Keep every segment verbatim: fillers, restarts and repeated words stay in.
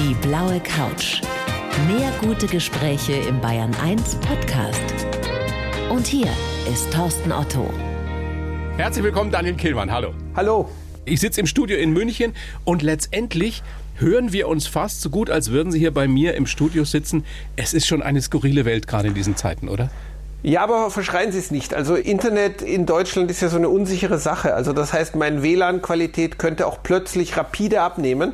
Die blaue Couch. Mehr gute Gespräche im Bayern eins Podcast. Und hier ist Thorsten Otto. Herzlich willkommen, Daniel Kehlmann. Hallo. Hallo. Ich sitze im Studio in München und letztendlich hören wir uns fast so gut, als würden Sie hier bei mir im Studio sitzen. Es ist schon eine skurrile Welt, gerade in diesen Zeiten, oder? Ja, aber verschreien Sie es nicht. Also Internet in Deutschland ist ja so eine unsichere Sache. Also das heißt, meine W L A N-Qualität könnte auch plötzlich rapide abnehmen.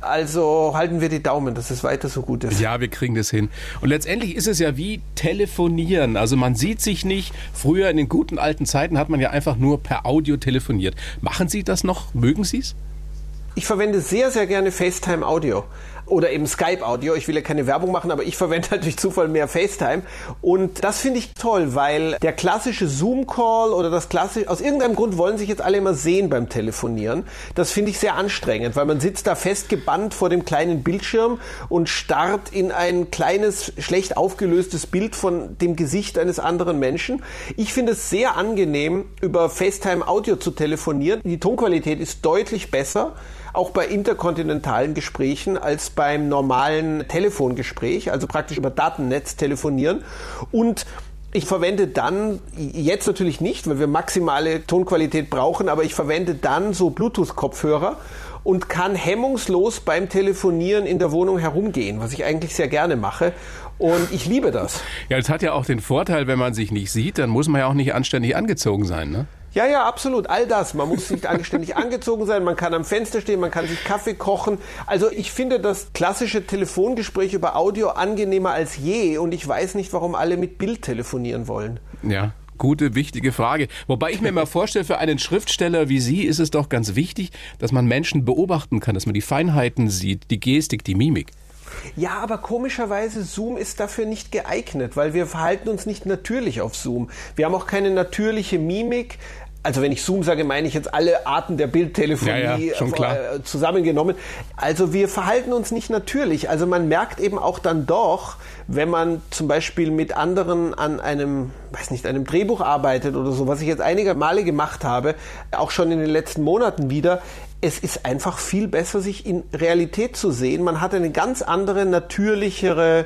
Also halten wir die Daumen, dass es weiter so gut ist. Ja, wir kriegen das hin. Und letztendlich ist es ja wie Telefonieren. Also man sieht sich nicht. Früher in den guten alten Zeiten hat man ja einfach nur per Audio telefoniert. Machen Sie das noch? Mögen Sie es? Ich verwende sehr, sehr gerne FaceTime Audio oder eben Skype Audio. Ich will ja keine Werbung machen, aber ich verwende halt durch Zufall mehr FaceTime. Und das finde ich toll, weil der klassische Zoom-Call oder das klassische, aus irgendeinem Grund wollen sich jetzt alle immer sehen beim Telefonieren. Das finde ich sehr anstrengend, weil man sitzt da festgebannt vor dem kleinen Bildschirm und starrt in ein kleines, schlecht aufgelöstes Bild von dem Gesicht eines anderen Menschen. Ich finde es sehr angenehm, über FaceTime Audio zu telefonieren. Die Tonqualität ist deutlich besser, auch bei interkontinentalen Gesprächen, als beim normalen Telefongespräch, also praktisch über Datennetz telefonieren. Und ich verwende dann, jetzt natürlich nicht, weil wir maximale Tonqualität brauchen, aber ich verwende dann so Bluetooth-Kopfhörer und kann hemmungslos beim Telefonieren in der Wohnung herumgehen, was ich eigentlich sehr gerne mache. Und ich liebe das. Ja, es hat ja auch den Vorteil, wenn man sich nicht sieht, dann muss man ja auch nicht anständig angezogen sein, ne? Ja, ja, absolut. All das. Man muss nicht anständig angezogen sein, man kann am Fenster stehen, man kann sich Kaffee kochen. Also ich finde das klassische Telefongespräch über Audio angenehmer als je und ich weiß nicht, warum alle mit Bild telefonieren wollen. Ja. Gute, wichtige Frage. Wobei ich mir mal vorstelle, für einen Schriftsteller wie Sie ist es doch ganz wichtig, dass man Menschen beobachten kann, dass man die Feinheiten sieht, die Gestik, die Mimik. Ja, aber komischerweise, Zoom ist dafür nicht geeignet, weil wir verhalten uns nicht natürlich auf Zoom. Wir haben auch keine natürliche Mimik. Also wenn ich Zoom sage, meine ich jetzt alle Arten der Bildtelefonie ja, ja, schon klar. zusammengenommen. Also wir verhalten uns nicht natürlich. Also man merkt eben auch dann doch, wenn man zum Beispiel mit anderen an einem, weiß nicht, einem Drehbuch arbeitet oder so, was ich jetzt einige Male gemacht habe, auch schon in den letzten Monaten wieder, es ist einfach viel besser, sich in Realität zu sehen. Man hat eine ganz andere, natürlichere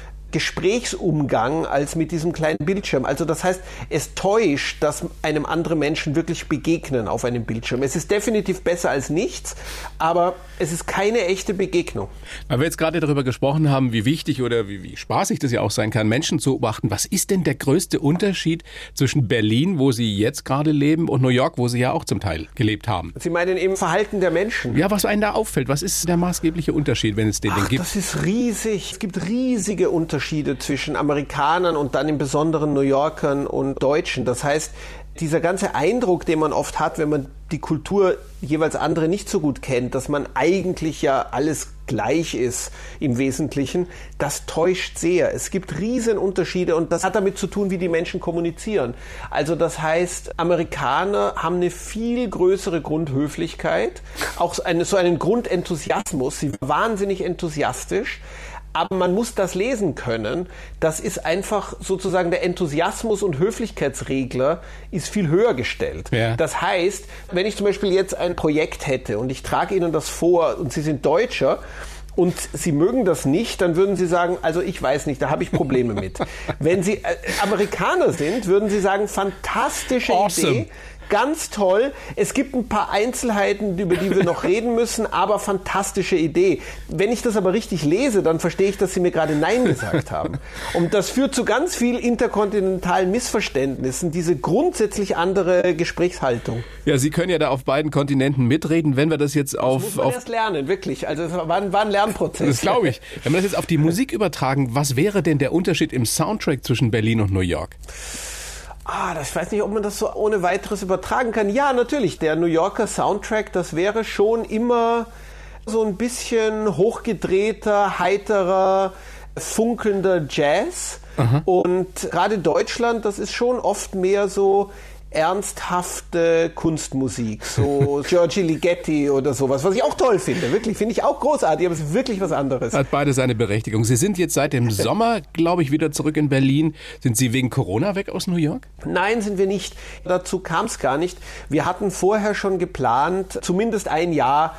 Gesprächsumgang als mit diesem kleinen Bildschirm. Also das heißt, es täuscht, dass einem andere Menschen wirklich begegnen auf einem Bildschirm. Es ist definitiv besser als nichts, aber es ist keine echte Begegnung. Weil wir jetzt gerade darüber gesprochen haben, wie wichtig oder wie, wie spaßig das ja auch sein kann, Menschen zu beobachten. Was ist denn der größte Unterschied zwischen Berlin, wo Sie jetzt gerade leben, und New York, wo Sie ja auch zum Teil gelebt haben? Sie meinen im Verhalten der Menschen? Ja, was einem da auffällt. Was ist der maßgebliche Unterschied, wenn es den Ach, denn gibt? Das ist riesig. Es gibt riesige Unterschiede zwischen Amerikanern und dann im Besonderen New Yorkern und Deutschen. Das heißt, dieser ganze Eindruck, den man oft hat, wenn man die Kultur jeweils andere nicht so gut kennt, dass man eigentlich ja alles gleich ist im Wesentlichen, das täuscht sehr. Es gibt riesen Unterschiede und das hat damit zu tun, wie die Menschen kommunizieren. Also das heißt, Amerikaner haben eine viel größere Grundhöflichkeit, auch eine, so einen Grundenthusiasmus, sie sind wahnsinnig enthusiastisch. Aber man muss das lesen können. Das ist einfach sozusagen der Enthusiasmus- und Höflichkeitsregler ist viel höher gestellt. Ja. Das heißt, wenn ich zum Beispiel jetzt ein Projekt hätte und ich trage Ihnen das vor und Sie sind Deutscher und Sie mögen das nicht, dann würden Sie sagen, also ich weiß nicht, da habe ich Probleme mit. Wenn Sie äh, Amerikaner sind, würden Sie sagen, fantastische awesome. Idee. Ganz toll. Es gibt ein paar Einzelheiten, über die wir noch reden müssen, aber fantastische Idee. Wenn ich das aber richtig lese, dann verstehe ich, dass Sie mir gerade Nein gesagt haben. Und das führt zu ganz viel interkontinentalen Missverständnissen, diese grundsätzlich andere Gesprächshaltung. Ja, Sie können ja da auf beiden Kontinenten mitreden, wenn wir das jetzt auf... Das muss man auf erst lernen, wirklich. Also es war ein, war ein Lernprozess. Das glaube ich. Wenn wir das jetzt auf die Musik übertragen, was wäre denn der Unterschied im Soundtrack zwischen Berlin und New York? Ah, das, ich weiß nicht, ob man das so ohne weiteres übertragen kann. Ja, natürlich, der New Yorker Soundtrack, das wäre schon immer so ein bisschen hochgedrehter, heiterer, funkelnder Jazz. Aha. Und gerade Deutschland, das ist schon oft mehr so ernsthafte Kunstmusik, so Giorgi Ligeti oder sowas, was ich auch toll finde, wirklich, finde ich auch großartig, aber es ist wirklich was anderes. Hat beide seine Berechtigung. Sie sind jetzt seit dem Sommer, glaube ich, wieder zurück in Berlin. Sind Sie wegen Corona weg aus New York? Nein, sind wir nicht. Dazu kam es gar nicht. Wir hatten vorher schon geplant, zumindest ein Jahr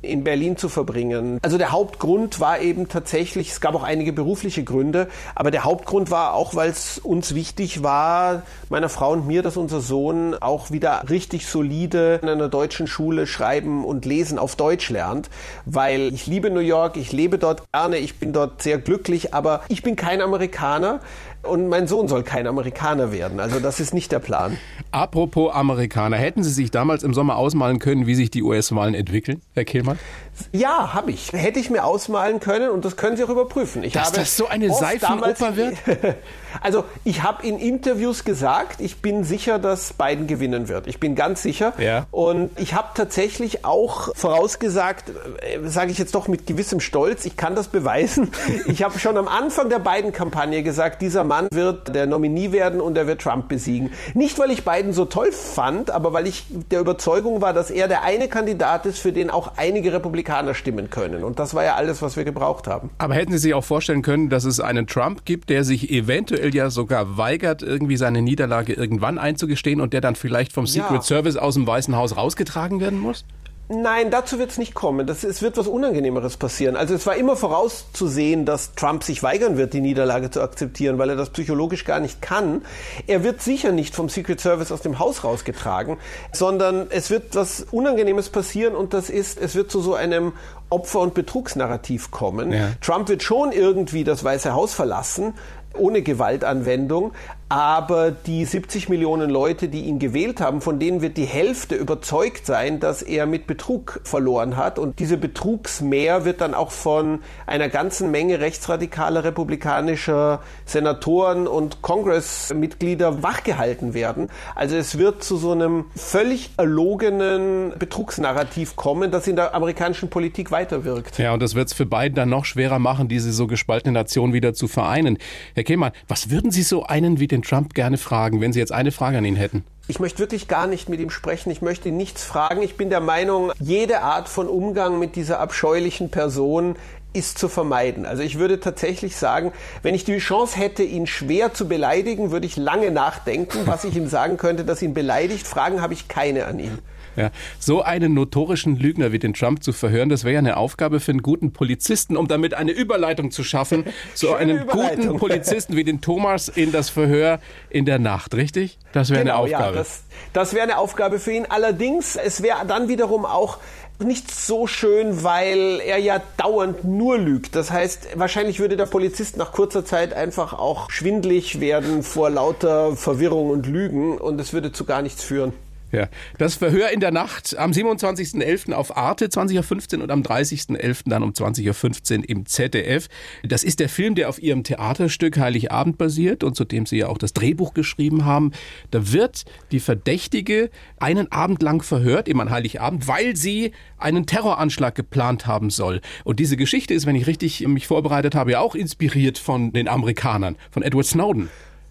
in Berlin zu verbringen. Also der Hauptgrund war eben tatsächlich, es gab auch einige berufliche Gründe, aber der Hauptgrund war auch, weil es uns wichtig war, meiner Frau und mir, dass unser Sohn auch wieder richtig solide in einer deutschen Schule schreiben und lesen auf Deutsch lernt, weil ich liebe New York, ich lebe dort gerne, ich bin dort sehr glücklich, aber ich bin kein Amerikaner. Und mein Sohn soll kein Amerikaner werden. Also das ist nicht der Plan. Apropos Amerikaner, hätten Sie sich damals im Sommer ausmalen können, wie sich die U S-Wahlen entwickeln, Herr Kehlmann? Ja, habe ich. Hätte ich mir ausmalen können und das können Sie auch überprüfen. Ich Dass habe das so eine Seifenoper wird? Also ich habe in Interviews gesagt, ich bin sicher, dass Biden gewinnen wird. Ich bin ganz sicher. Ja. Und ich habe tatsächlich auch vorausgesagt, äh, sage ich jetzt doch mit gewissem Stolz, ich kann das beweisen. Ich habe schon am Anfang der Biden-Kampagne gesagt, dieser Mann wird der Nominee werden und er wird Trump besiegen. Nicht, weil ich Biden so toll fand, aber weil ich der Überzeugung war, dass er der eine Kandidat ist, für den auch einige Republikaner stimmen können. Und das war ja alles, was wir gebraucht haben. Aber hätten Sie sich auch vorstellen können, dass es einen Trump gibt, der sich eventuell ja sogar weigert, irgendwie seine Niederlage irgendwann einzugestehen und der dann vielleicht vom Secret Ja. Service aus dem Weißen Haus rausgetragen werden muss? Nein, dazu wird es nicht kommen. Das, es wird was Unangenehmeres passieren. Also es war immer vorauszusehen, dass Trump sich weigern wird, die Niederlage zu akzeptieren, weil er das psychologisch gar nicht kann. Er wird sicher nicht vom Secret Service aus dem Haus rausgetragen, sondern es wird was Unangenehmes passieren und das ist, es wird zu so einem Opfer- und Betrugsnarrativ kommen. Ja. Trump wird schon irgendwie das Weiße Haus verlassen, ohne Gewaltanwendung, aber die siebzig Millionen Leute, die ihn gewählt haben, von denen wird die Hälfte überzeugt sein, dass er mit Betrug verloren hat. Und diese Betrugsmähr wird dann auch von einer ganzen Menge rechtsradikaler republikanischer Senatoren und Congress-Mitglieder wachgehalten werden. Also es wird zu so einem völlig erlogenen Betrugsnarrativ kommen, das in der amerikanischen Politik weiterwirkt. Ja, und das wird es für Biden dann noch schwerer machen, diese so gespaltene Nation wieder zu vereinen. Herr Kehlmann, was würden Sie so einen wie den Trump gerne fragen, wenn Sie jetzt eine Frage an ihn hätten? Ich möchte wirklich gar nicht mit ihm sprechen. Ich möchte ihn nichts fragen. Ich bin der Meinung, jede Art von Umgang mit dieser abscheulichen Person ist zu vermeiden. Also ich würde tatsächlich sagen, wenn ich die Chance hätte, ihn schwer zu beleidigen, würde ich lange nachdenken, was ich ihm sagen könnte, das ihn beleidigt. Fragen habe ich keine an ihn. Ja, so einen notorischen Lügner wie den Trump zu verhören, das wäre ja eine Aufgabe für einen guten Polizisten, um damit eine Überleitung zu schaffen. So Schöne einen Überleitung. guten Polizisten wie den Thomas in das Verhör in der Nacht, richtig? Das wäre Genau, eine Aufgabe. Ja, das, das wäre eine Aufgabe für ihn. Allerdings, es wäre dann wiederum auch nicht so schön, weil er ja dauernd nur lügt. Das heißt, wahrscheinlich würde der Polizist nach kurzer Zeit einfach auch schwindlig werden vor lauter Verwirrung und Lügen und es würde zu gar nichts führen. Ja, das Verhör in der Nacht am siebenundzwanzigsten elften auf Arte zwanzig Uhr fünfzehn und am dreißigsten elften dann um zwanzig Uhr fünfzehn im Z D F. Das ist der Film, der auf Ihrem Theaterstück Heiligabend basiert und zu dem Sie ja auch das Drehbuch geschrieben haben. Da wird die Verdächtige einen Abend lang verhört, eben an Heiligabend, weil sie einen Terroranschlag geplant haben soll. Und diese Geschichte ist, wenn ich richtig mich vorbereitet habe, ja auch inspiriert von den Amerikanern, von Edward Snowden.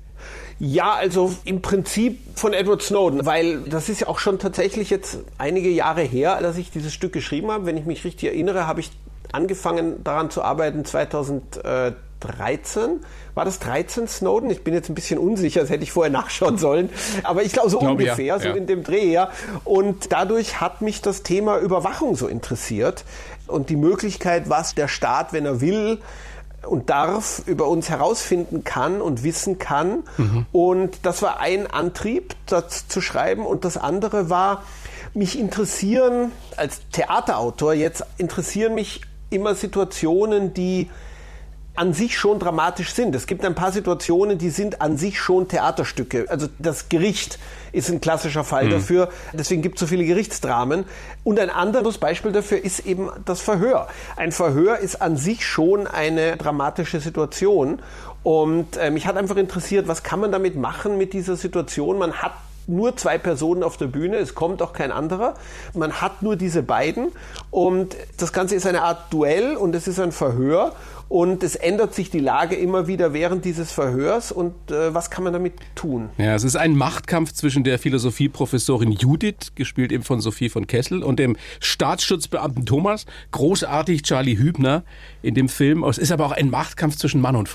Ja, also im Prinzip von Edward Snowden, weil das ist ja auch schon tatsächlich jetzt einige Jahre her, dass ich dieses Stück geschrieben habe. Wenn ich mich richtig erinnere, habe ich angefangen daran zu arbeiten zweitausenddreizehn. War das dreizehn Snowden? Ich bin jetzt ein bisschen unsicher, das hätte ich vorher nachschauen sollen. Aber ich glaube so ich glaube, ungefähr, ja, so ja. in dem Dreh, ja. Und dadurch hat mich das Thema Überwachung so interessiert und die Möglichkeit, was der Staat, wenn er will und darf, über uns herausfinden kann und wissen kann. Mhm. Und das war ein Antrieb, das zu schreiben. Und das andere war, mich interessieren, als Theaterautor jetzt, interessieren mich immer Situationen, die an sich schon dramatisch sind. Es gibt ein paar Situationen, die sind an sich schon Theaterstücke. Also das Gericht ist ein klassischer Fall mhm. dafür. Deswegen gibt es so viele Gerichtsdramen. Und ein anderes Beispiel dafür ist eben das Verhör. Ein Verhör ist an sich schon eine dramatische Situation. Und äh, mich hat einfach interessiert, was kann man damit machen mit dieser Situation? Man hat nur zwei Personen auf der Bühne, es kommt auch kein anderer. Man hat nur diese beiden und das Ganze ist eine Art Duell und es ist ein Verhör und es ändert sich die Lage immer wieder während dieses Verhörs und äh, was kann man damit tun? Ja, es ist ein Machtkampf zwischen der Philosophieprofessorin Judith, gespielt eben von Sophie von Kessel, und dem Staatsschutzbeamten Thomas, großartig Charlie Hübner in dem Film. Es ist aber auch ein Machtkampf zwischen Mann und Frau.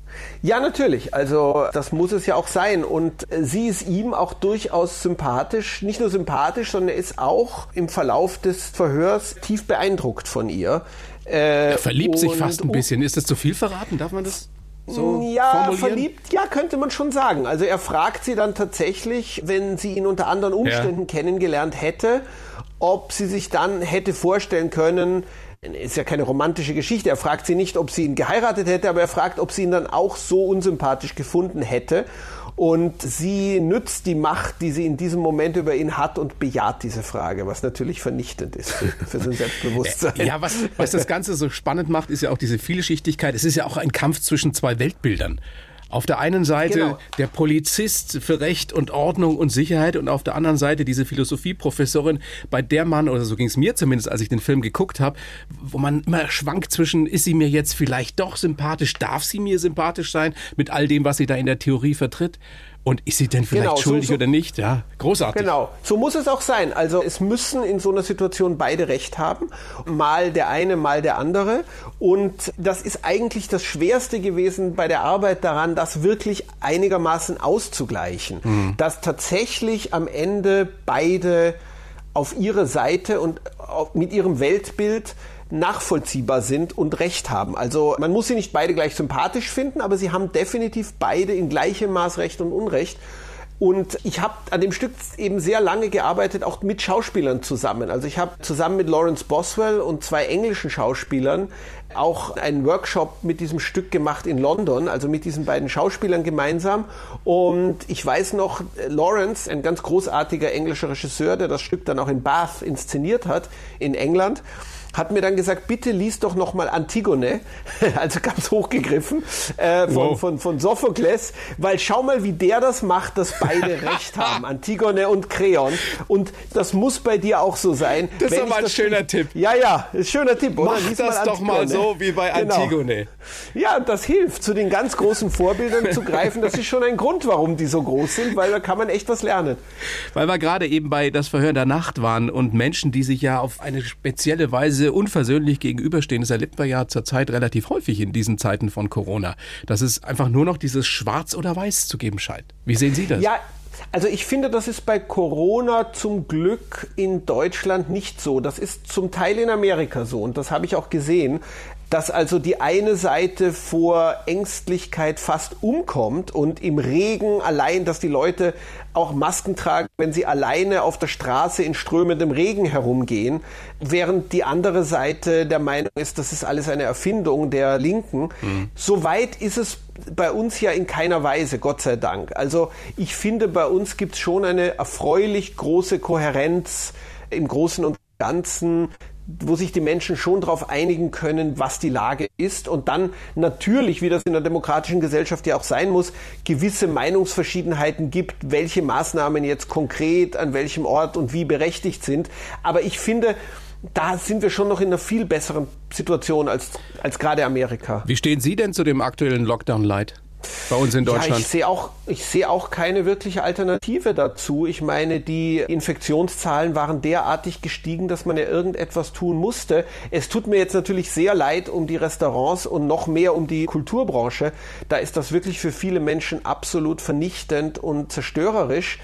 Ja, natürlich. Also das muss es ja auch sein. Und sie ist ihm auch durchaus sympathisch. Nicht nur sympathisch, sondern er ist auch im Verlauf des Verhörs tief beeindruckt von ihr. Äh, er verliebt sich fast ein bisschen. Ist das zu viel verraten? Darf man das so ja, formulieren? verliebt, ja, könnte man schon sagen. Also er fragt sie dann tatsächlich, wenn sie ihn unter anderen Umständen ja. kennengelernt hätte, ob sie sich dann hätte vorstellen können, ist ja keine romantische Geschichte, er fragt sie nicht, ob sie ihn geheiratet hätte, aber er fragt, ob sie ihn dann auch so unsympathisch gefunden hätte. Und sie nützt die Macht, die sie in diesem Moment über ihn hat und bejaht diese Frage, was natürlich vernichtend ist für, für sein Selbstbewusstsein. Ja, was, was das Ganze so spannend macht, ist ja auch diese Vielschichtigkeit. Es ist ja auch ein Kampf zwischen zwei Weltbildern. Auf der einen Seite genau. der Polizist für Recht und Ordnung und Sicherheit und auf der anderen Seite diese Philosophieprofessorin, bei der man, oder so ging es mir zumindest, als ich den Film geguckt habe, wo man immer schwankt zwischen, ist sie mir jetzt vielleicht doch sympathisch, darf sie mir sympathisch sein, mit all dem, was sie da in der Theorie vertritt? Und ist sie denn vielleicht genau, schuldig so, so, oder nicht? Ja, großartig. Genau, so muss es auch sein. Also es müssen in so einer Situation beide Recht haben. Mal der eine, mal der andere. Und das ist eigentlich das Schwerste gewesen bei der Arbeit daran, das wirklich einigermaßen auszugleichen. Mhm. Dass tatsächlich am Ende beide auf ihre Seite und mit ihrem Weltbild nachvollziehbar sind und Recht haben. Also man muss sie nicht beide gleich sympathisch finden, aber sie haben definitiv beide in gleichem Maß Recht und Unrecht. Und ich habe an dem Stück eben sehr lange gearbeitet, auch mit Schauspielern zusammen. Also ich habe zusammen mit Lawrence Boswell und zwei englischen Schauspielern auch einen Workshop mit diesem Stück gemacht in London, also mit diesen beiden Schauspielern gemeinsam. Und ich weiß noch, Lawrence, ein ganz großartiger englischer Regisseur, der das Stück dann auch in Bath inszeniert hat, in England, hat mir dann gesagt, bitte lies doch nochmal Antigone, also ganz hochgegriffen, äh, von, wow. von, von Sophokles, weil schau mal, wie der das macht, dass beide Recht haben, Antigone und Kreon. Und das muss bei dir auch so sein. Das ist aber ein schöner Tipp. Ja, ja, ist ein schöner Tipp, oder? Mach Lies das mal doch mal so wie bei Antigone. Genau. Ja, das hilft, zu den ganz großen Vorbildern zu greifen. Das ist schon ein Grund, warum die so groß sind, weil da kann man echt was lernen. Weil wir gerade eben bei Das Verhör in der Nacht waren und Menschen, die sich ja auf eine spezielle Weise unversöhnlich gegenüberstehen. Das erlebt man ja zurzeit relativ häufig in diesen Zeiten von Corona. Dass es einfach nur noch dieses Schwarz oder Weiß zu geben scheint. Wie sehen Sie das? Ja, also ich finde, das ist bei Corona zum Glück in Deutschland nicht so. Das ist zum Teil in Amerika so und das habe ich auch gesehen, dass also die eine Seite vor Ängstlichkeit fast umkommt und im Regen allein, dass die Leute auch Masken tragen, wenn sie alleine auf der Straße in strömendem Regen herumgehen, während die andere Seite der Meinung ist, das ist alles eine Erfindung der Linken. Mhm. So weit ist es bei uns ja in keiner Weise, Gott sei Dank. Also ich finde, bei uns gibt es schon eine erfreulich große Kohärenz im Großen und Ganzen, wo sich die Menschen schon darauf einigen können, was die Lage ist und dann natürlich, wie das in der demokratischen Gesellschaft ja auch sein muss, gewisse Meinungsverschiedenheiten gibt, welche Maßnahmen jetzt konkret an welchem Ort und wie berechtigt sind. Aber ich finde, da sind wir schon noch in einer viel besseren Situation als, als gerade Amerika. Wie stehen Sie denn zu dem aktuellen Lockdown-Light bei uns in Deutschland? Ja, ich sehe auch, ich sehe auch keine wirkliche Alternative dazu. Ich meine, die Infektionszahlen waren derartig gestiegen, dass man ja irgendetwas tun musste. Es tut mir jetzt natürlich sehr leid um die Restaurants und noch mehr um die Kulturbranche. Da ist das wirklich für viele Menschen absolut vernichtend und zerstörerisch.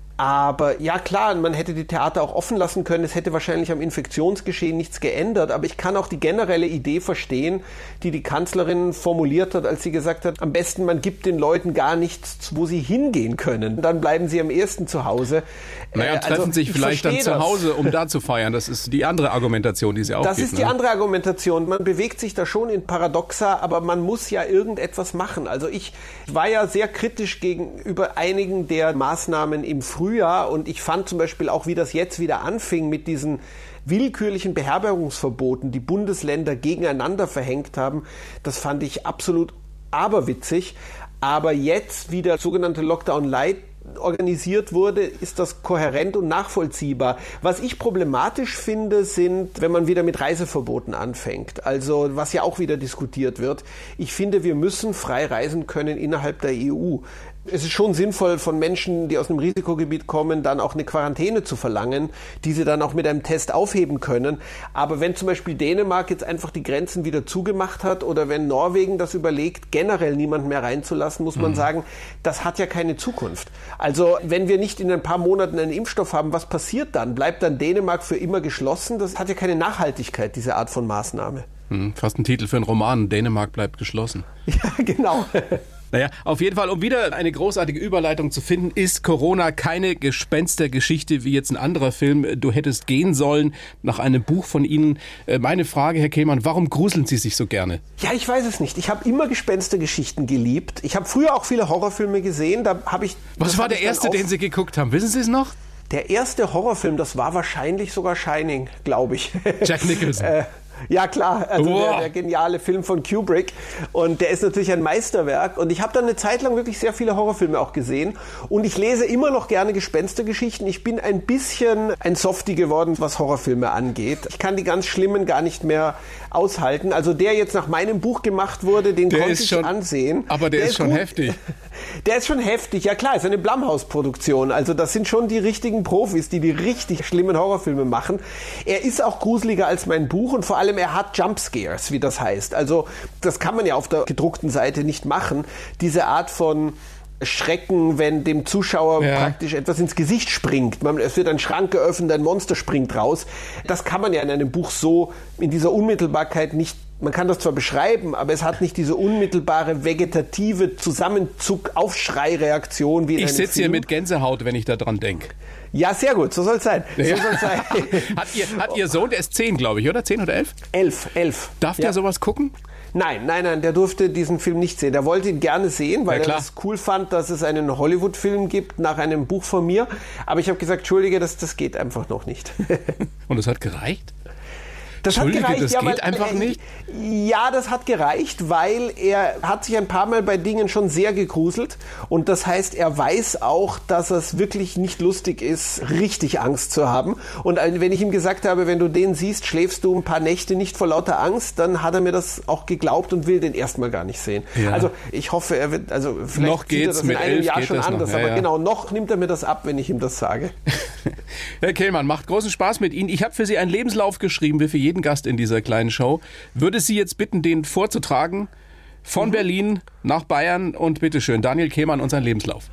Aber ja klar, man hätte die Theater auch offen lassen können. Es hätte wahrscheinlich am Infektionsgeschehen nichts geändert. Aber ich kann auch die generelle Idee verstehen, die die Kanzlerin formuliert hat, als sie gesagt hat, am besten man gibt den Leuten gar nichts, wo sie hingehen können. Dann bleiben sie am ehesten zu Hause. Naja, treffen also, sich vielleicht dann zu Hause, um da zu feiern. Das ist die andere Argumentation, die sie auch Das gibt, ist die ne? andere Argumentation. Man bewegt sich da schon in Paradoxa, aber man muss ja irgendetwas machen. Also ich war ja sehr kritisch gegenüber einigen der Maßnahmen im Frühjahr. Frühjahr und ich fand zum Beispiel auch, wie das jetzt wieder anfing mit diesen willkürlichen Beherbergungsverboten, die Bundesländer gegeneinander verhängt haben, das fand ich absolut aberwitzig. Aber jetzt, wie der sogenannte Lockdown Light organisiert wurde, ist das kohärent und nachvollziehbar. Was ich problematisch finde, sind, wenn man wieder mit Reiseverboten anfängt. Also, was ja auch wieder diskutiert wird. Ich finde, wir müssen frei reisen können innerhalb der E U. Es ist schon sinnvoll, von Menschen, die aus einem Risikogebiet kommen, dann auch eine Quarantäne zu verlangen, die sie dann auch mit einem Test aufheben können. Aber wenn zum Beispiel Dänemark jetzt einfach die Grenzen wieder zugemacht hat oder wenn Norwegen das überlegt, generell niemanden mehr reinzulassen, muss man mhm. sagen, das hat ja keine Zukunft. Also wenn wir nicht in ein paar Monaten einen Impfstoff haben, was passiert dann? Bleibt dann Dänemark für immer geschlossen? Das hat ja keine Nachhaltigkeit, diese Art von Maßnahme. Hm, fast ein Titel für einen Roman. Dänemark bleibt geschlossen. Ja, genau. Naja, auf jeden Fall, um wieder eine großartige Überleitung zu finden, ist Corona keine Gespenstergeschichte wie jetzt ein anderer Film. Du hättest gehen sollen, nach einem Buch von Ihnen. Meine Frage, Herr Kehlmann, warum gruseln Sie sich so gerne? Ja, ich weiß es nicht. Ich habe immer Gespenstergeschichten geliebt. Ich habe früher auch viele Horrorfilme gesehen. Da habe ich. Was war der erste, den Sie geguckt haben? Wissen Sie es noch? Der erste Horrorfilm, das war wahrscheinlich sogar Shining, glaube ich. Jack Nicholson. äh, Ja klar, also wow. der, der geniale Film von Kubrick und der ist natürlich ein Meisterwerk und ich habe dann eine Zeit lang wirklich sehr viele Horrorfilme auch gesehen und ich lese immer noch gerne Gespenstergeschichten. Ich bin ein bisschen ein Softie geworden, was Horrorfilme angeht. Ich kann die ganz schlimmen gar nicht mehr aushalten. Also der jetzt nach meinem Buch gemacht wurde, den der konnte ist ich schon, ansehen. Aber der, der ist, ist schon gut. heftig. Der ist schon heftig, ja klar, ist eine Blumhouse-Produktion. Also das sind schon die richtigen Profis, die die richtig schlimmen Horrorfilme machen. Er ist auch gruseliger als mein Buch und vor allem er hat Jumpscares, wie das heißt. Also das kann man ja auf der gedruckten Seite nicht machen. Diese Art von Schrecken, wenn dem Zuschauer ja. praktisch etwas ins Gesicht springt. Man, es wird ein Schrank geöffnet, ein Monster springt raus. Das kann man ja in einem Buch so in dieser Unmittelbarkeit nicht. Man kann das zwar beschreiben, aber es hat nicht diese unmittelbare vegetative Zusammenzug-Aufschrei-Reaktion wie in Ich einem sitze Film. hier mit Gänsehaut, wenn ich da dran denke. Ja, sehr gut, so soll es sein. So Ja. soll's sein. hat, ihr, hat Ihr Sohn, der ist zehn, glaube ich, oder? Zehn oder elf? Elf, elf. Darf ja. der sowas gucken? Nein, nein, nein, der durfte diesen Film nicht sehen. Der wollte ihn gerne sehen, weil Ja, er es cool fand, dass es einen Hollywood-Film gibt nach einem Buch von mir. Aber ich habe gesagt, Entschuldige, das, das geht einfach noch nicht. Und es hat gereicht? Das hat gereicht, das ja, geht weil, einfach nicht? Ja, das hat gereicht, weil er hat sich ein paar Mal bei Dingen schon sehr gegruselt und das heißt, er weiß auch, dass es wirklich nicht lustig ist, richtig Angst zu haben. Und wenn ich ihm gesagt habe, wenn du den siehst, schläfst du ein paar Nächte nicht vor lauter Angst, dann hat er mir das auch geglaubt und will den erstmal gar nicht sehen. Ja. Also ich hoffe, er wird, also vielleicht noch sieht er geht's das in mit einem elf Jahr geht schon das anders, noch. Ja, aber ja. genau, noch nimmt er mir das ab, wenn ich ihm das sage. Herr Kehlmann, macht großen Spaß mit Ihnen. Ich habe für Sie einen Lebenslauf geschrieben, wie für jeden Gast in dieser kleinen Show. Würde Sie jetzt bitten, den vorzutragen, von mhm. Berlin nach Bayern und bitteschön, Daniel Kehlmann und sein Lebenslauf.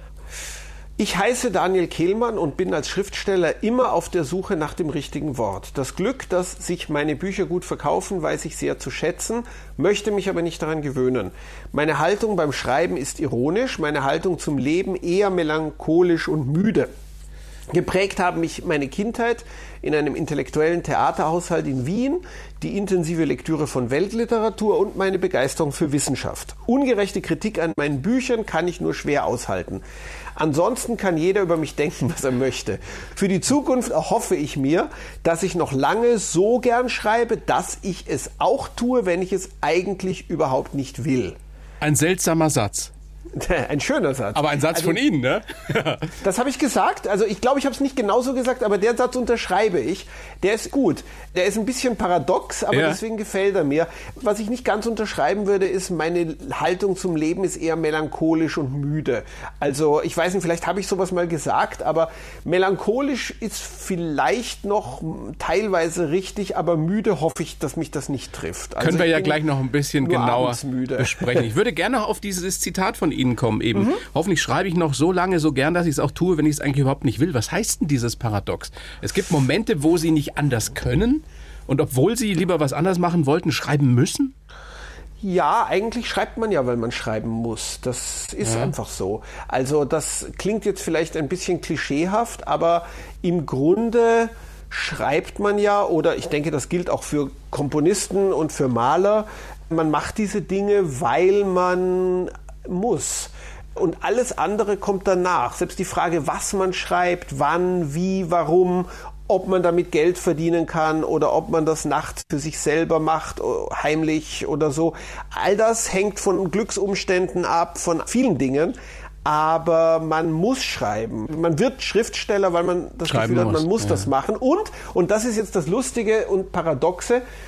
Ich heiße Daniel Kehlmann und bin als Schriftsteller immer auf der Suche nach dem richtigen Wort. Das Glück, dass sich meine Bücher gut verkaufen, weiß ich sehr zu schätzen, möchte mich aber nicht daran gewöhnen. Meine Haltung beim Schreiben ist ironisch, meine Haltung zum Leben eher melancholisch und müde. Geprägt haben mich meine Kindheit in einem intellektuellen Theaterhaushalt in Wien, die intensive Lektüre von Weltliteratur und meine Begeisterung für Wissenschaft. Ungerechte Kritik an meinen Büchern kann ich nur schwer aushalten. Ansonsten kann jeder über mich denken, was er möchte. Für die Zukunft erhoffe ich mir, dass ich noch lange so gern schreibe, dass ich es auch tue, wenn ich es eigentlich überhaupt nicht will. Ein seltsamer Satz. Ein schöner Satz. Aber ein Satz also, von Ihnen, ne? Das habe ich gesagt. Also ich glaube, ich habe es nicht genauso gesagt, aber der Satz unterschreibe ich. Der ist gut. Der ist ein bisschen paradox, aber ja. deswegen gefällt er mir. Was ich nicht ganz unterschreiben würde, ist, meine Haltung zum Leben ist eher melancholisch und müde. Also ich weiß nicht, vielleicht habe ich sowas mal gesagt, aber melancholisch ist vielleicht noch teilweise richtig, aber müde hoffe ich, dass mich das nicht trifft. Also können wir ja gleich noch ein bisschen genauer müde. besprechen. Ich würde gerne noch auf dieses Zitat von Ihnen kommen eben. Mhm. Hoffentlich schreibe ich noch so lange so gern, dass ich es auch tue, wenn ich es eigentlich überhaupt nicht will. Was heißt denn dieses Paradox? Es gibt Momente, wo Sie nicht anders können und obwohl Sie lieber was anderes machen wollten, schreiben müssen? Ja, eigentlich schreibt man ja, weil man schreiben muss. Das ist ja. einfach so. Also das klingt jetzt vielleicht ein bisschen klischeehaft, aber im Grunde schreibt man ja, oder ich denke, das gilt auch für Komponisten und für Maler, man macht diese Dinge, weil man muss. Und alles andere kommt danach. Selbst die Frage, was man schreibt, wann, wie, warum, ob man damit Geld verdienen kann oder ob man das nachts für sich selber macht, heimlich oder so. All das hängt von Glücksumständen ab, von vielen Dingen. Aber man muss schreiben. Man wird Schriftsteller, weil man das schreiben Gefühl hat, man muss, muss ja. das machen. Und, und das ist jetzt das Lustige und Paradoxe,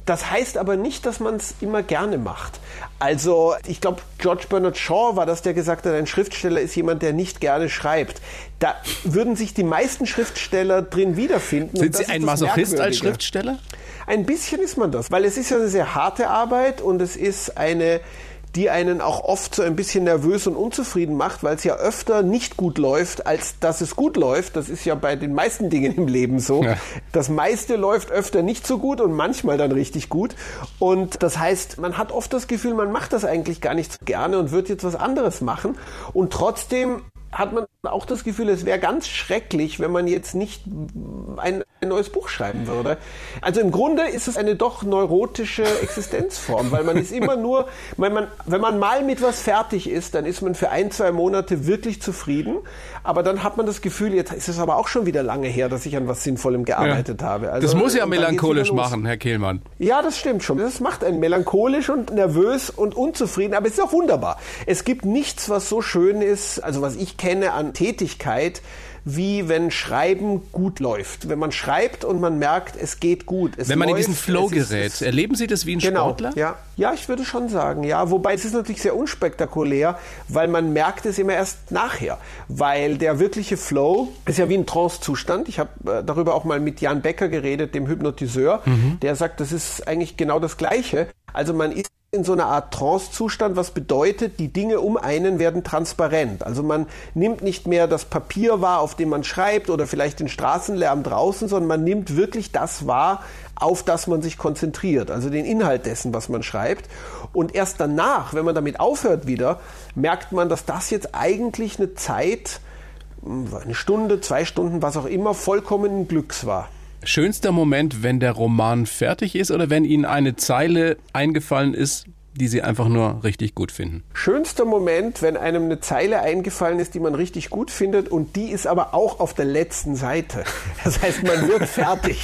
Das heißt aber nicht, dass man es immer gerne macht. Also ich glaube, George Bernard Shaw war das, der gesagt hat, ein Schriftsteller ist jemand, der nicht gerne schreibt. Da würden sich die meisten Schriftsteller drin wiederfinden. Sind Sie ein Masochist als Schriftsteller? Ein bisschen ist man das, weil es ist ja eine sehr harte Arbeit und es ist eine, die einen auch oft so ein bisschen nervös und unzufrieden macht, weil es ja öfter nicht gut läuft, als dass es gut läuft. Das ist ja bei den meisten Dingen im Leben so. Ja. Das meiste läuft öfter nicht so gut und manchmal dann richtig gut. Und das heißt, man hat oft das Gefühl, man macht das eigentlich gar nicht so gerne und wird jetzt was anderes machen. Und trotzdem hat man auch das Gefühl, es wäre ganz schrecklich, wenn man jetzt nicht ein, ein neues Buch schreiben würde. Also im Grunde ist es eine doch neurotische Existenzform, weil man ist immer nur, wenn man, wenn man mal mit was fertig ist, dann ist man für ein, zwei Monate wirklich zufrieden, aber dann hat man das Gefühl, jetzt ist es aber auch schon wieder lange her, dass ich an was Sinnvollem gearbeitet ja. habe. Also, das muss ja melancholisch machen, Herr Kehlmann. Ja, das stimmt schon. Das macht einen melancholisch und nervös und unzufrieden, aber es ist auch wunderbar. Es gibt nichts, was so schön ist, also was ich kenne an Tätigkeit, wie wenn Schreiben gut läuft. Wenn man schreibt und man merkt, es geht gut. Es wenn man läuft, in diesen Flow gerät. Ist, erleben Sie das wie ein genau, Sportler? Ja. ja, ich würde schon sagen. Ja, wobei es ist natürlich sehr unspektakulär, weil man merkt es immer erst nachher. Weil der wirkliche Flow ist ja wie ein Trance-Zustand. Ich habe äh, darüber auch mal mit Jan Becker geredet, dem Hypnotiseur. Mhm. Der sagt, das ist eigentlich genau das Gleiche. Also man ist in so einer Art Trance-Zustand, was bedeutet, die Dinge um einen werden transparent. Also man nimmt nicht mehr das Papier wahr, auf dem man schreibt oder vielleicht den Straßenlärm draußen, sondern man nimmt wirklich das wahr, auf das man sich konzentriert, also den Inhalt dessen, was man schreibt. Und erst danach, wenn man damit aufhört wieder, merkt man, dass das jetzt eigentlich eine Zeit, eine Stunde, zwei Stunden, was auch immer, vollkommenen Glücks war. Schönster Moment, wenn der Roman fertig ist oder wenn Ihnen eine Zeile eingefallen ist, die Sie einfach nur richtig gut finden? Schönster Moment, wenn einem eine Zeile eingefallen ist, die man richtig gut findet und die ist aber auch auf der letzten Seite. Das heißt, man wird fertig.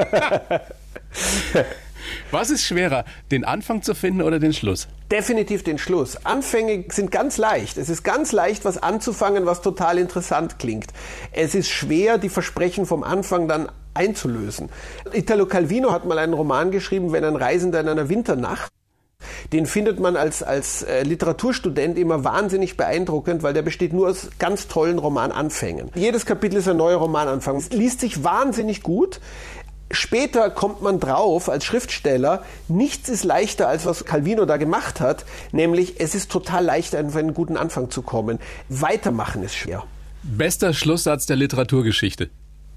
Was ist schwerer, den Anfang zu finden oder den Schluss? Definitiv den Schluss. Anfänge sind ganz leicht. Es ist ganz leicht, was anzufangen, was total interessant klingt. Es ist schwer, die Versprechen vom Anfang dann einzulösen. Italo Calvino hat mal einen Roman geschrieben, Wenn ein Reisender in einer Winternacht. Den findet man als, als äh, Literaturstudent immer wahnsinnig beeindruckend, weil der besteht nur aus ganz tollen Romananfängen. Jedes Kapitel ist ein neuer Romananfang. Es liest sich wahnsinnig gut. Später kommt man drauf, als Schriftsteller, nichts ist leichter, als was Calvino da gemacht hat, nämlich es ist total leicht, auf einen guten Anfang zu kommen. Weitermachen ist schwer. Bester Schlusssatz der Literaturgeschichte?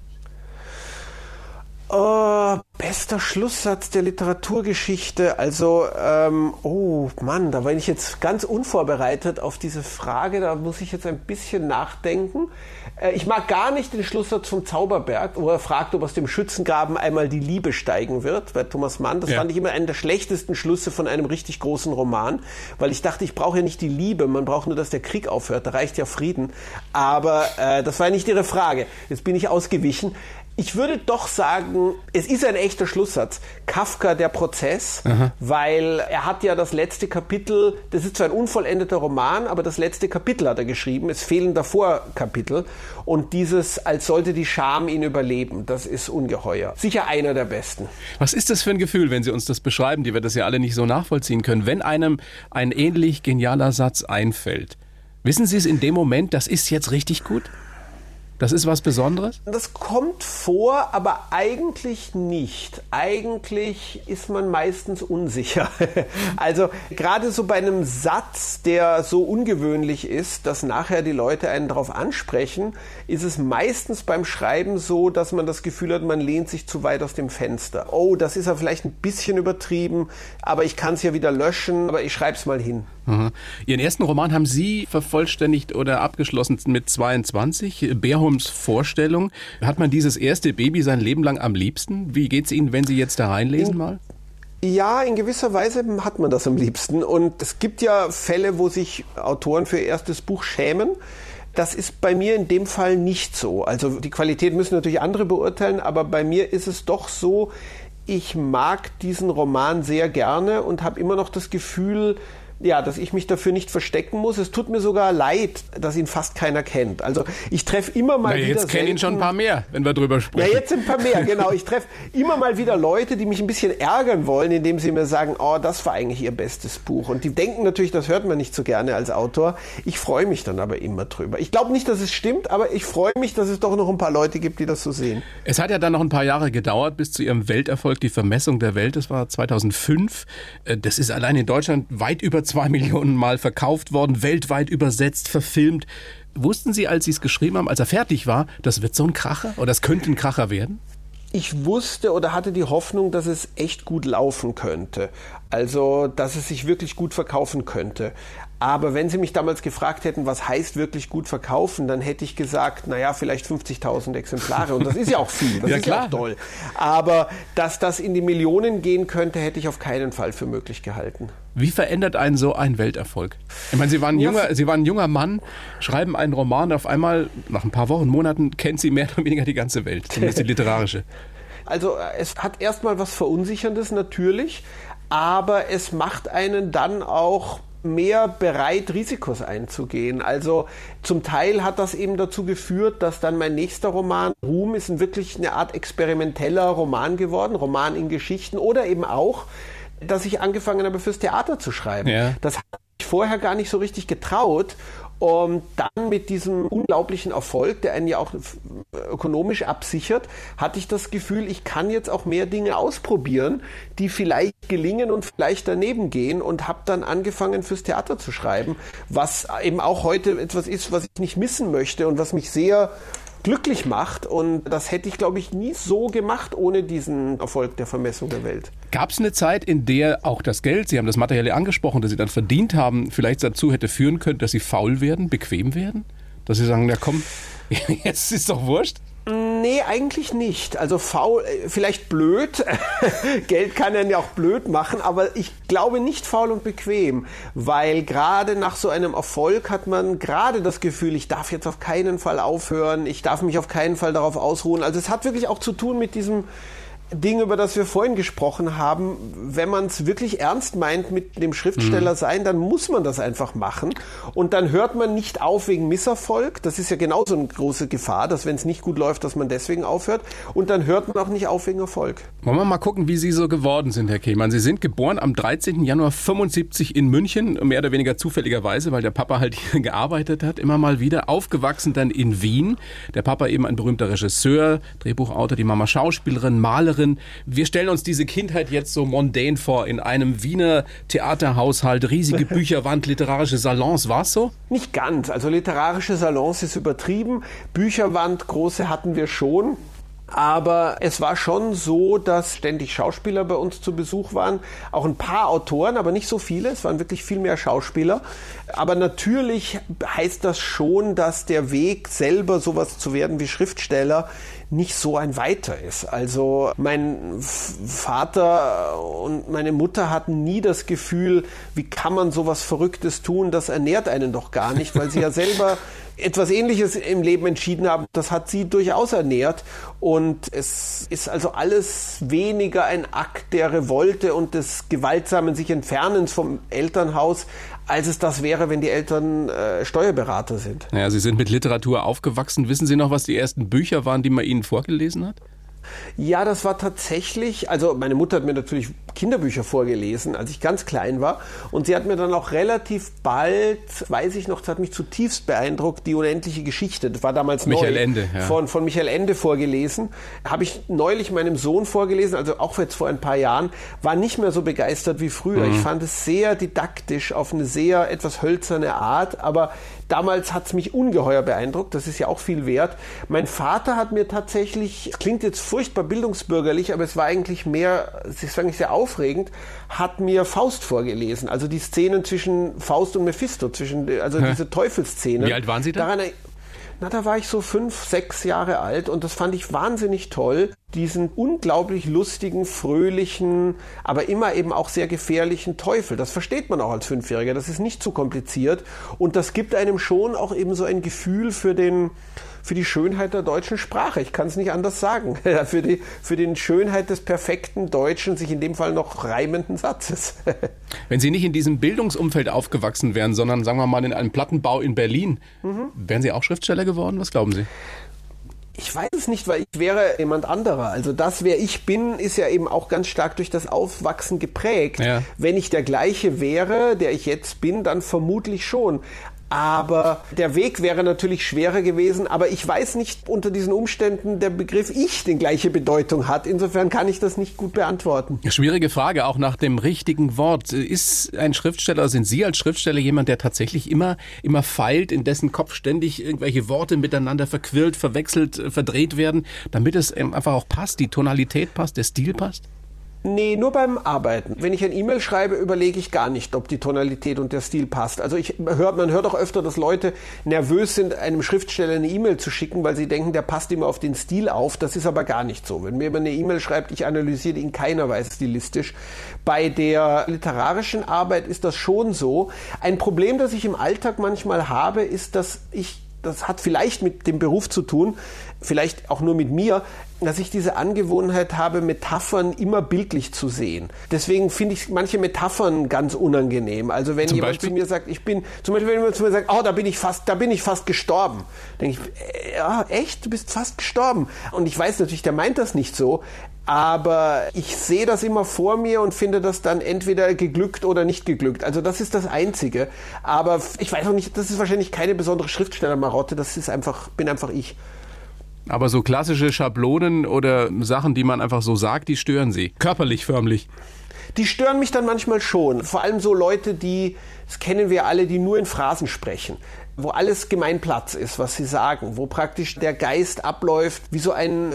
Oh, bester Schlusssatz der Literaturgeschichte. Also, ähm, oh Mann, da bin ich jetzt ganz unvorbereitet auf diese Frage. Da muss ich jetzt ein bisschen nachdenken. Äh, ich mag gar nicht den Schlusssatz vom Zauberberg, wo er fragt, ob aus dem Schützengraben einmal die Liebe steigen wird, bei Thomas Mann. Das ja. fand ich immer einen der schlechtesten Schlüsse von einem richtig großen Roman, weil ich dachte, ich brauche ja nicht die Liebe, man braucht nur, dass der Krieg aufhört. Da reicht ja Frieden. Aber äh, das war nicht Ihre Frage. Jetzt bin ich ausgewichen. Ich würde doch sagen, es ist ein echter Schlusssatz. Kafka, der Prozess, Aha. weil er hat ja das letzte Kapitel, das ist zwar ein unvollendeter Roman, aber das letzte Kapitel hat er geschrieben. Es fehlen davor Kapitel. Und dieses, als sollte die Scham ihn überleben, das ist ungeheuer. Sicher einer der besten. Was ist das für ein Gefühl, wenn Sie uns das beschreiben, die wir das ja alle nicht so nachvollziehen können, wenn einem ein ähnlich genialer Satz einfällt? Wissen Sie es in dem Moment, das ist jetzt richtig gut? Das ist was Besonderes? Das kommt vor, aber eigentlich nicht. Eigentlich ist man meistens unsicher. Also gerade so bei einem Satz, der so ungewöhnlich ist, dass nachher die Leute einen darauf ansprechen, ist es meistens beim Schreiben so, dass man das Gefühl hat, man lehnt sich zu weit aus dem Fenster. Oh, das ist ja vielleicht ein bisschen übertrieben, aber ich kann es ja wieder löschen, aber ich schreibe es mal hin. Mhm. Ihren ersten Roman haben Sie vervollständigt oder abgeschlossen mit zweiundzwanzig. Beerholms Vorstellung. Hat man dieses erste Baby sein Leben lang am liebsten? Wie geht es Ihnen, wenn Sie jetzt da reinlesen mal? Ja, in gewisser Weise hat man das am liebsten. Und es gibt ja Fälle, wo sich Autoren für ihr erstes Buch schämen. Das ist bei mir in dem Fall nicht so. Also die Qualität müssen natürlich andere beurteilen, aber bei mir ist es doch so, ich mag diesen Roman sehr gerne und habe immer noch das Gefühl, Ja, dass ich mich dafür nicht verstecken muss. Es tut mir sogar leid, dass ihn fast keiner kennt. Also ich treffe immer mal Na, wieder... Jetzt kennen ihn schon ein paar mehr, wenn wir drüber sprechen. Ja, jetzt sind ein paar mehr, genau. Ich treffe immer mal wieder Leute, die mich ein bisschen ärgern wollen, indem sie mir sagen, oh, das war eigentlich ihr bestes Buch. Und die denken natürlich, das hört man nicht so gerne als Autor. Ich freue mich dann aber immer drüber. Ich glaube nicht, dass es stimmt, aber ich freue mich, dass es doch noch ein paar Leute gibt, die das so sehen. Es hat ja dann noch ein paar Jahre gedauert bis zu Ihrem Welterfolg, die Vermessung der Welt. Das war zweitausendfünf. Das ist allein in Deutschland weit über zwei Millionen Mal verkauft worden, weltweit übersetzt, verfilmt. Wussten Sie, als Sie es geschrieben haben, als er fertig war, das wird so ein Kracher oder das könnte ein Kracher werden? Ich wusste oder hatte die Hoffnung, dass es echt gut laufen könnte. Also, dass es sich wirklich gut verkaufen könnte. Aber wenn Sie mich damals gefragt hätten, was heißt wirklich gut verkaufen, dann hätte ich gesagt, naja, vielleicht fünfzigtausend Exemplare. Und das ist ja auch viel, das ja, ist klar. ja auch toll. Aber dass das in die Millionen gehen könnte, hätte ich auf keinen Fall für möglich gehalten. Wie verändert einen so ein Welterfolg? Ich meine, Sie waren, ein junger, Sie waren ein junger Mann, schreiben einen Roman, auf einmal, nach ein paar Wochen, Monaten, kennt Sie mehr oder weniger die ganze Welt, zumindest die literarische. Also es hat erstmal was Verunsicherndes natürlich, aber es macht einen dann auch mehr bereit, Risikos einzugehen. Also zum Teil hat das eben dazu geführt, dass dann mein nächster Roman, Ruhm, ist ein wirklich eine Art experimenteller Roman geworden, Roman in Geschichten oder eben auch, dass ich angefangen habe, fürs Theater zu schreiben. Ja. Das habe ich vorher gar nicht so richtig getraut. Und dann mit diesem unglaublichen Erfolg, der einen ja auch ökonomisch absichert, hatte ich das Gefühl, ich kann jetzt auch mehr Dinge ausprobieren, die vielleicht gelingen und vielleicht daneben gehen, und habe dann angefangen, fürs Theater zu schreiben, was eben auch heute etwas ist, was ich nicht missen möchte und was mich sehr glücklich macht. Und das hätte ich, glaube ich, nie so gemacht ohne diesen Erfolg der Vermessung der Welt. Gab es eine Zeit, in der auch das Geld, Sie haben das Materielle angesprochen, das Sie dann verdient haben, vielleicht dazu hätte führen können, dass Sie faul werden, bequem werden? Dass Sie sagen, na komm, jetzt ist doch wurscht? Nee, eigentlich nicht. Also faul, vielleicht blöd. Geld kann einen ja auch blöd machen, aber ich glaube nicht faul und bequem, weil gerade nach so einem Erfolg hat man gerade das Gefühl, ich darf jetzt auf keinen Fall aufhören, ich darf mich auf keinen Fall darauf ausruhen. Also es hat wirklich auch zu tun mit diesem Ding, über das wir vorhin gesprochen haben. Wenn man es wirklich ernst meint mit dem Schriftsteller sein, dann muss man das einfach machen. Und dann hört man nicht auf wegen Misserfolg. Das ist ja genauso eine große Gefahr, dass wenn es nicht gut läuft, dass man deswegen aufhört. Und dann hört man auch nicht auf wegen Erfolg. Wollen wir mal gucken, wie Sie so geworden sind, Herr Kehlmann. Sie sind geboren am dreizehnten Januar fünfundsiebzig in München, mehr oder weniger zufälligerweise, weil der Papa halt hier gearbeitet hat, immer mal wieder. Aufgewachsen dann in Wien. Der Papa eben ein berühmter Regisseur, Drehbuchautor, die Mama Schauspielerin, Malerin. Wir stellen uns diese Kindheit jetzt so mondän vor, in einem Wiener Theaterhaushalt, riesige Bücherwand, literarische Salons. War es so? Nicht ganz. Also literarische Salons ist übertrieben. Bücherwand, große hatten wir schon. Aber es war schon so, dass ständig Schauspieler bei uns zu Besuch waren. Auch ein paar Autoren, aber nicht so viele. Es waren wirklich viel mehr Schauspieler. Aber natürlich heißt das schon, dass der Weg, selber sowas zu werden wie Schriftsteller, nicht so ein weiter ist. Also mein Vater und meine Mutter hatten nie das Gefühl, wie kann man sowas Verrücktes tun? Das ernährt einen doch gar nicht, weil sie ja selber etwas Ähnliches im Leben entschieden haben. Das hat sie durchaus ernährt. Und es ist also alles weniger ein Akt der Revolte und des gewaltsamen sich Entfernens vom Elternhaus, als es das wäre, wenn die Eltern äh, Steuerberater sind. Ja, Sie sind mit Literatur aufgewachsen. Wissen Sie noch, was die ersten Bücher waren, die man Ihnen vorgelesen hat? Ja, das war tatsächlich, also meine Mutter hat mir natürlich Kinderbücher vorgelesen, als ich ganz klein war, und sie hat mir dann auch relativ bald, weiß ich noch, das hat mich zutiefst beeindruckt, die unendliche Geschichte, das war damals Michael neu, Ende, ja. von, von Michael Ende vorgelesen, habe ich neulich meinem Sohn vorgelesen, also auch jetzt vor ein paar Jahren, war nicht mehr so begeistert wie früher. Mhm. Ich fand es sehr didaktisch, auf eine sehr etwas hölzerne Art, aber damals hat es mich ungeheuer beeindruckt, das ist ja auch viel wert. Mein Vater hat mir tatsächlich, es klingt jetzt furchtbar bildungsbürgerlich, aber es war eigentlich mehr, es ist eigentlich sehr aufregend, hat mir Faust vorgelesen. Also die Szenen zwischen Faust und Mephisto, zwischen, also Hä? diese Teufelsszenen. Wie alt waren Sie da? Daran, na, da war ich so fünf, sechs Jahre alt und das fand ich wahnsinnig toll. Diesen unglaublich lustigen, fröhlichen, aber immer eben auch sehr gefährlichen Teufel. Das versteht man auch als Fünfjähriger. Das ist nicht zu kompliziert und das gibt einem schon auch eben so ein Gefühl für den, für die Schönheit der deutschen Sprache. Ich kann es nicht anders sagen. für die für die Schönheit des perfekten deutschen, sich in dem Fall noch reimenden Satzes. Wenn Sie nicht in diesem Bildungsumfeld aufgewachsen wären, sondern sagen wir mal in einem Plattenbau in Berlin, mhm. wären Sie auch Schriftsteller geworden? Was glauben Sie? Ich weiß es nicht, weil ich wäre jemand anderer. Also das, wer ich bin, ist ja eben auch ganz stark durch das Aufwachsen geprägt. Ja. Wenn ich der gleiche wäre, der ich jetzt bin, dann vermutlich schon. Aber der Weg wäre natürlich schwerer gewesen. Aber ich weiß nicht, unter diesen Umständen der Begriff Ich die gleiche Bedeutung hat. Insofern kann ich das nicht gut beantworten. Schwierige Frage, auch nach dem richtigen Wort. Ist ein Schriftsteller, sind Sie als Schriftsteller jemand, der tatsächlich immer, immer feilt, in dessen Kopf ständig irgendwelche Worte miteinander verquirlt, verwechselt, verdreht werden, damit es einfach auch passt, die Tonalität passt, der Stil passt? Nee, nur beim Arbeiten. Wenn ich ein E-Mail schreibe, überlege ich gar nicht, ob die Tonalität und der Stil passt. Also ich hört, man hört auch öfter, dass Leute nervös sind, einem Schriftsteller eine E-Mail zu schicken, weil sie denken, der passt immer auf den Stil auf. Das ist aber gar nicht so. Wenn mir jemand eine E-Mail schreibt, ich analysiere ihn keiner Weise stilistisch. Bei der literarischen Arbeit ist das schon so. Ein Problem, das ich im Alltag manchmal habe, ist, dass ich, das hat vielleicht mit dem Beruf zu tun, vielleicht auch nur mit mir, dass ich diese Angewohnheit habe, Metaphern immer bildlich zu sehen. Deswegen finde ich manche Metaphern ganz unangenehm. Also wenn zum jemand Beispiel? zu mir sagt, ich bin, zum Beispiel wenn jemand zu mir sagt, oh, da bin ich fast, da bin ich fast gestorben, denke ich, ja, echt, du bist fast gestorben. Und ich weiß natürlich, der meint das nicht so, aber ich sehe das immer vor mir und finde das dann entweder geglückt oder nicht geglückt. Also das ist das Einzige. Aber ich weiß auch nicht, das ist wahrscheinlich keine besondere Schriftstellermarotte, das ist einfach, bin einfach ich. Aber so klassische Schablonen oder Sachen, die man einfach so sagt, die stören Sie. Körperlich, förmlich. Die stören mich dann manchmal schon. Vor allem so Leute, die, das kennen wir alle, die nur in Phrasen sprechen. Wo alles Gemeinplatz ist, was sie sagen. Wo praktisch der Geist abläuft wie so eine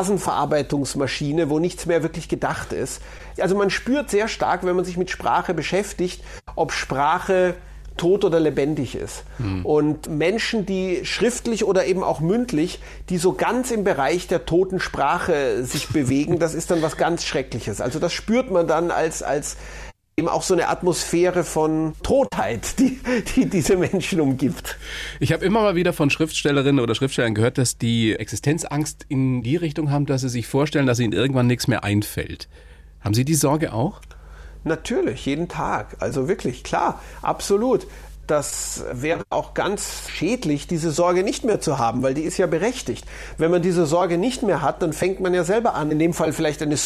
Phrasenverarbeitungsmaschine, wo nichts mehr wirklich gedacht ist. Also man spürt sehr stark, wenn man sich mit Sprache beschäftigt, ob Sprache tot oder lebendig ist. Hm. Und Menschen, die schriftlich oder eben auch mündlich, die so ganz im Bereich der toten Sprache sich bewegen, das ist dann was ganz Schreckliches. Also das spürt man dann als, als eben auch so eine Atmosphäre von Totheit, die, die diese Menschen umgibt. Ich habe immer mal wieder von Schriftstellerinnen oder Schriftstellern gehört, dass die Existenzangst in die Richtung haben, dass sie sich vorstellen, dass ihnen irgendwann nichts mehr einfällt. Haben Sie die Sorge auch? Natürlich, jeden Tag. Also wirklich, klar, absolut. Das wäre auch ganz schädlich, diese Sorge nicht mehr zu haben, weil die ist ja berechtigt. Wenn man diese Sorge nicht mehr hat, dann fängt man ja selber an, in dem Fall vielleicht eine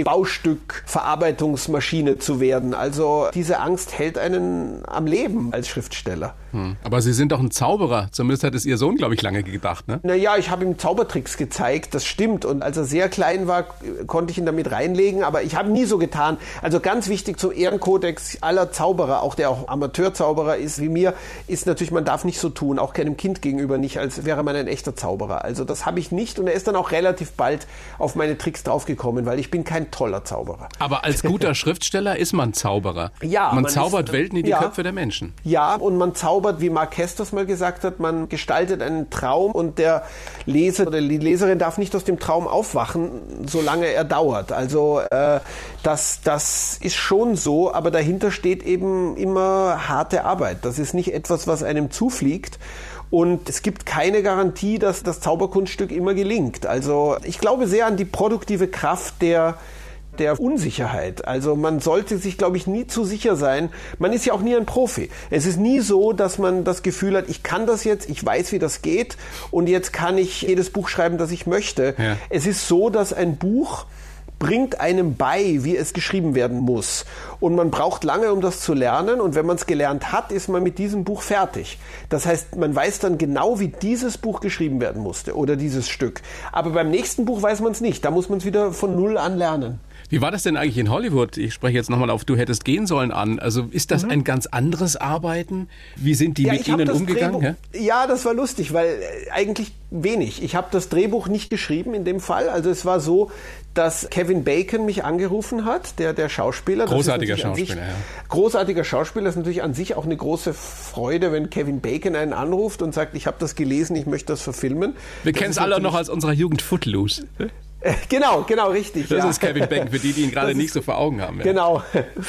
Story-Baustück-Verarbeitungsmaschine zu werden. Also diese Angst hält einen am Leben als Schriftsteller. Hm. Aber Sie sind doch ein Zauberer. Zumindest hat es Ihr Sohn, glaube ich, lange gedacht, ne? Naja, ich habe ihm Zaubertricks gezeigt, das stimmt. Und als er sehr klein war, konnte ich ihn damit reinlegen. Aber ich habe nie so getan. Also ganz wichtig zum Ehrenkodex aller Zauberer, auch der auch Amateurzauberer ist, wie mir, ist natürlich, man darf nicht so tun, auch keinem Kind gegenüber nicht, als wäre man ein echter Zauberer. Also das habe ich nicht und er ist dann auch relativ bald auf meine Tricks draufgekommen, weil ich bin kein toller Zauberer. Aber als guter Schriftsteller ist man Zauberer. Ja. Man, man zaubert ist, Welten in die ja, Köpfe der Menschen. Ja, und man zaubert, wie Marquez das mal gesagt hat, man gestaltet einen Traum und der Leser oder die Leserin darf nicht aus dem Traum aufwachen, solange er dauert. Also äh, das, das ist schon so, aber dahinter steht eben immer harte Arbeit. Das ist nicht etwas, was einem zufliegt. Und es gibt keine Garantie, dass das Zauberkunststück immer gelingt. Also ich glaube sehr an die produktive Kraft der, der Unsicherheit. Also man sollte sich, glaube ich, nie zu sicher sein. Man ist ja auch nie ein Profi. Es ist nie so, dass man das Gefühl hat, ich kann das jetzt, ich weiß, wie das geht und jetzt kann ich jedes Buch schreiben, das ich möchte. Ja. Es ist so, dass ein Buch bringt einem bei, wie es geschrieben werden muss. Und man braucht lange, um das zu lernen. Und wenn man es gelernt hat, ist man mit diesem Buch fertig. Das heißt, man weiß dann genau, wie dieses Buch geschrieben werden musste oder dieses Stück. Aber beim nächsten Buch weiß man es nicht. Da muss man es wieder von Null an lernen. Wie war das denn eigentlich in Hollywood? Ich spreche jetzt nochmal auf Du hättest gehen sollen an. Also ist das mhm. ein ganz anderes Arbeiten? Wie sind die ja, mit Ihnen umgegangen? Drehbuch, ja, das war lustig, weil äh, eigentlich wenig. Ich habe das Drehbuch nicht geschrieben in dem Fall. Also es war so, dass Kevin Bacon mich angerufen hat, der, der Schauspieler. Großartiger Schauspieler, sich, ja. Großartiger Schauspieler. Das ist natürlich an sich auch eine große Freude, wenn Kevin Bacon einen anruft und sagt, ich habe das gelesen, ich möchte das verfilmen. Wir kennen es alle noch aus unserer Jugend Footloose. Genau, genau, richtig. Das ja. ist Kevin Bacon, für die, die ihn gerade nicht so vor Augen haben. Ja. Genau.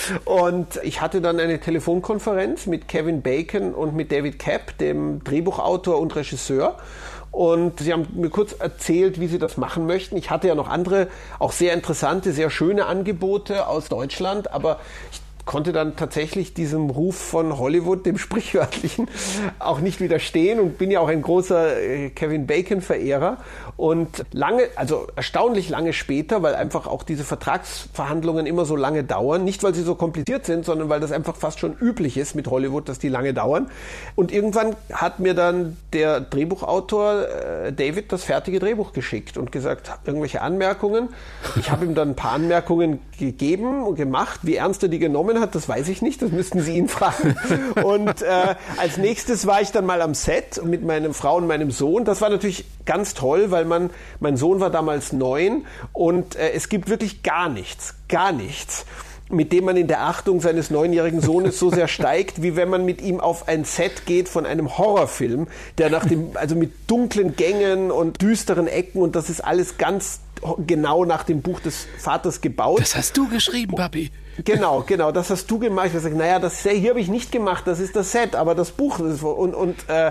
Und ich hatte dann eine Telefonkonferenz mit Kevin Bacon und mit David Koepp, dem Drehbuchautor und Regisseur. Und sie haben mir kurz erzählt, wie sie das machen möchten. Ich hatte ja noch andere, auch sehr interessante, sehr schöne Angebote aus Deutschland, aber ich konnte dann tatsächlich diesem Ruf von Hollywood, dem sprichwörtlichen, auch nicht widerstehen und bin ja auch ein großer äh, Kevin Bacon-Verehrer. Und lange, also erstaunlich lange später, weil einfach auch diese Vertragsverhandlungen immer so lange dauern, nicht weil sie so kompliziert sind, sondern weil das einfach fast schon üblich ist mit Hollywood, dass die lange dauern. Und irgendwann hat mir dann der Drehbuchautor äh, David das fertige Drehbuch geschickt und gesagt, irgendwelche Anmerkungen. Ich habe ihm dann ein paar Anmerkungen gegeben und gemacht. Wie ernst er die genommen hat, das weiß ich nicht, das müssten Sie ihn fragen. Und äh, als nächstes war ich dann mal am Set mit meiner Frau und meinem Sohn. Das war natürlich ganz toll, weil man, mein Sohn war damals neun und äh, es gibt wirklich gar nichts, gar nichts, mit dem man in der Achtung seines neunjährigen Sohnes so sehr steigt, wie wenn man mit ihm auf ein Set geht von einem Horrorfilm, der nach dem, also mit dunklen Gängen und düsteren Ecken, und das ist alles ganz genau nach dem Buch des Vaters gebaut. Das hast du geschrieben, Papi. Genau, genau, das hast du gemacht. Ich habe gesagt, naja, das hier habe ich nicht gemacht, das ist das Set, aber das Buch ist und und äh,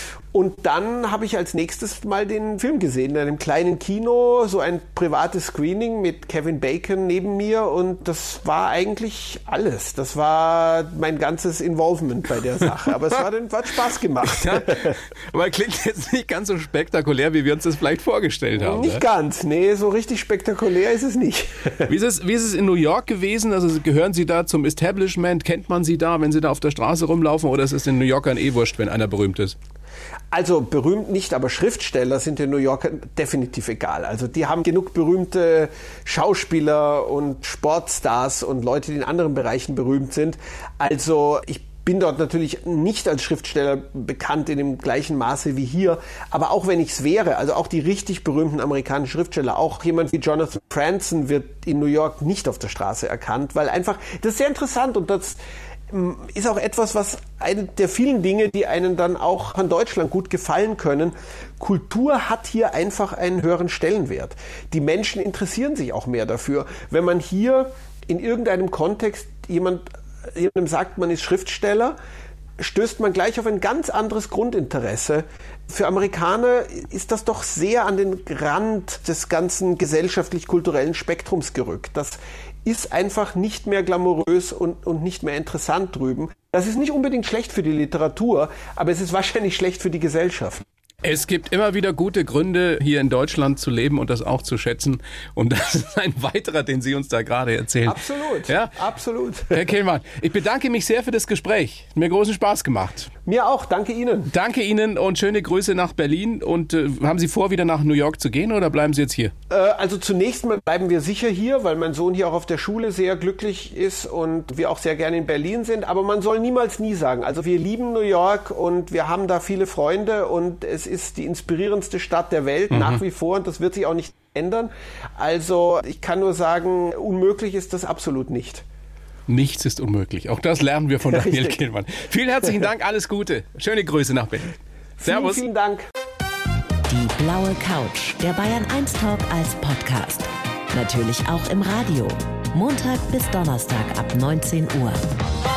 Und dann habe ich als nächstes mal den Film gesehen, in einem kleinen Kino, so ein privates Screening mit Kevin Bacon neben mir, und das war eigentlich alles. Das war mein ganzes Involvement bei der Sache, aber es war, hat Spaß gemacht. Ja, aber klingt jetzt nicht ganz so spektakulär, wie wir uns das vielleicht vorgestellt haben. Nicht ne? ganz, nee, so richtig spektakulär ist es nicht. Wie ist es, wie ist es in New York gewesen? Also gehören Sie da zum Establishment? Kennt man Sie da, wenn Sie da auf der Straße rumlaufen, oder ist es den New Yorkern eh wurscht, wenn einer berühmt ist? Also berühmt nicht, aber Schriftsteller sind den New Yorkern definitiv egal. Also die haben genug berühmte Schauspieler und Sportstars und Leute, die in anderen Bereichen berühmt sind. Also ich bin dort natürlich nicht als Schriftsteller bekannt in dem gleichen Maße wie hier, aber auch wenn ich es wäre, also auch die richtig berühmten amerikanischen Schriftsteller, auch jemand wie Jonathan Franzen wird in New York nicht auf der Straße erkannt, weil einfach, das ist sehr interessant, und das ist auch etwas, was eine der vielen Dinge, die einen dann auch an Deutschland gut gefallen können. Kultur hat hier einfach einen höheren Stellenwert. Die Menschen interessieren sich auch mehr dafür. Wenn man hier in irgendeinem Kontext jemand, jemandem sagt, man ist Schriftsteller, stößt man gleich auf ein ganz anderes Grundinteresse. Für Amerikaner ist das doch sehr an den Rand des ganzen gesellschaftlich-kulturellen Spektrums gerückt. Das ist einfach nicht mehr glamourös und, und nicht mehr interessant drüben. Das ist nicht unbedingt schlecht für die Literatur, aber es ist wahrscheinlich schlecht für die Gesellschaft. Es gibt immer wieder gute Gründe, hier in Deutschland zu leben und das auch zu schätzen. Und das ist ein weiterer, den Sie uns da gerade erzählen. Absolut, ja? absolut. Herr Kehlmann, ich bedanke mich sehr für das Gespräch. Mir großen Spaß gemacht. Mir auch, danke Ihnen. Danke Ihnen und schöne Grüße nach Berlin. Und äh, haben Sie vor, wieder nach New York zu gehen, oder bleiben Sie jetzt hier? Äh, also zunächst mal bleiben wir sicher hier, weil mein Sohn hier auch auf der Schule sehr glücklich ist und wir auch sehr gerne in Berlin sind. Aber man soll niemals nie sagen. Also wir lieben New York und wir haben da viele Freunde und es ist die inspirierendste Stadt der Welt, mhm. nach wie vor, und das wird sich auch nicht ändern. Also ich kann nur sagen, unmöglich ist das absolut nicht. Nichts ist unmöglich. Auch das lernen wir von ja, Daniel Kehlmann. Vielen herzlichen Dank, alles Gute. Schöne Grüße nach Berlin. Servus. Vielen, vielen Dank. Die blaue Couch, der Bayern eins Talk als Podcast. Natürlich auch im Radio. Montag bis Donnerstag ab neunzehn Uhr.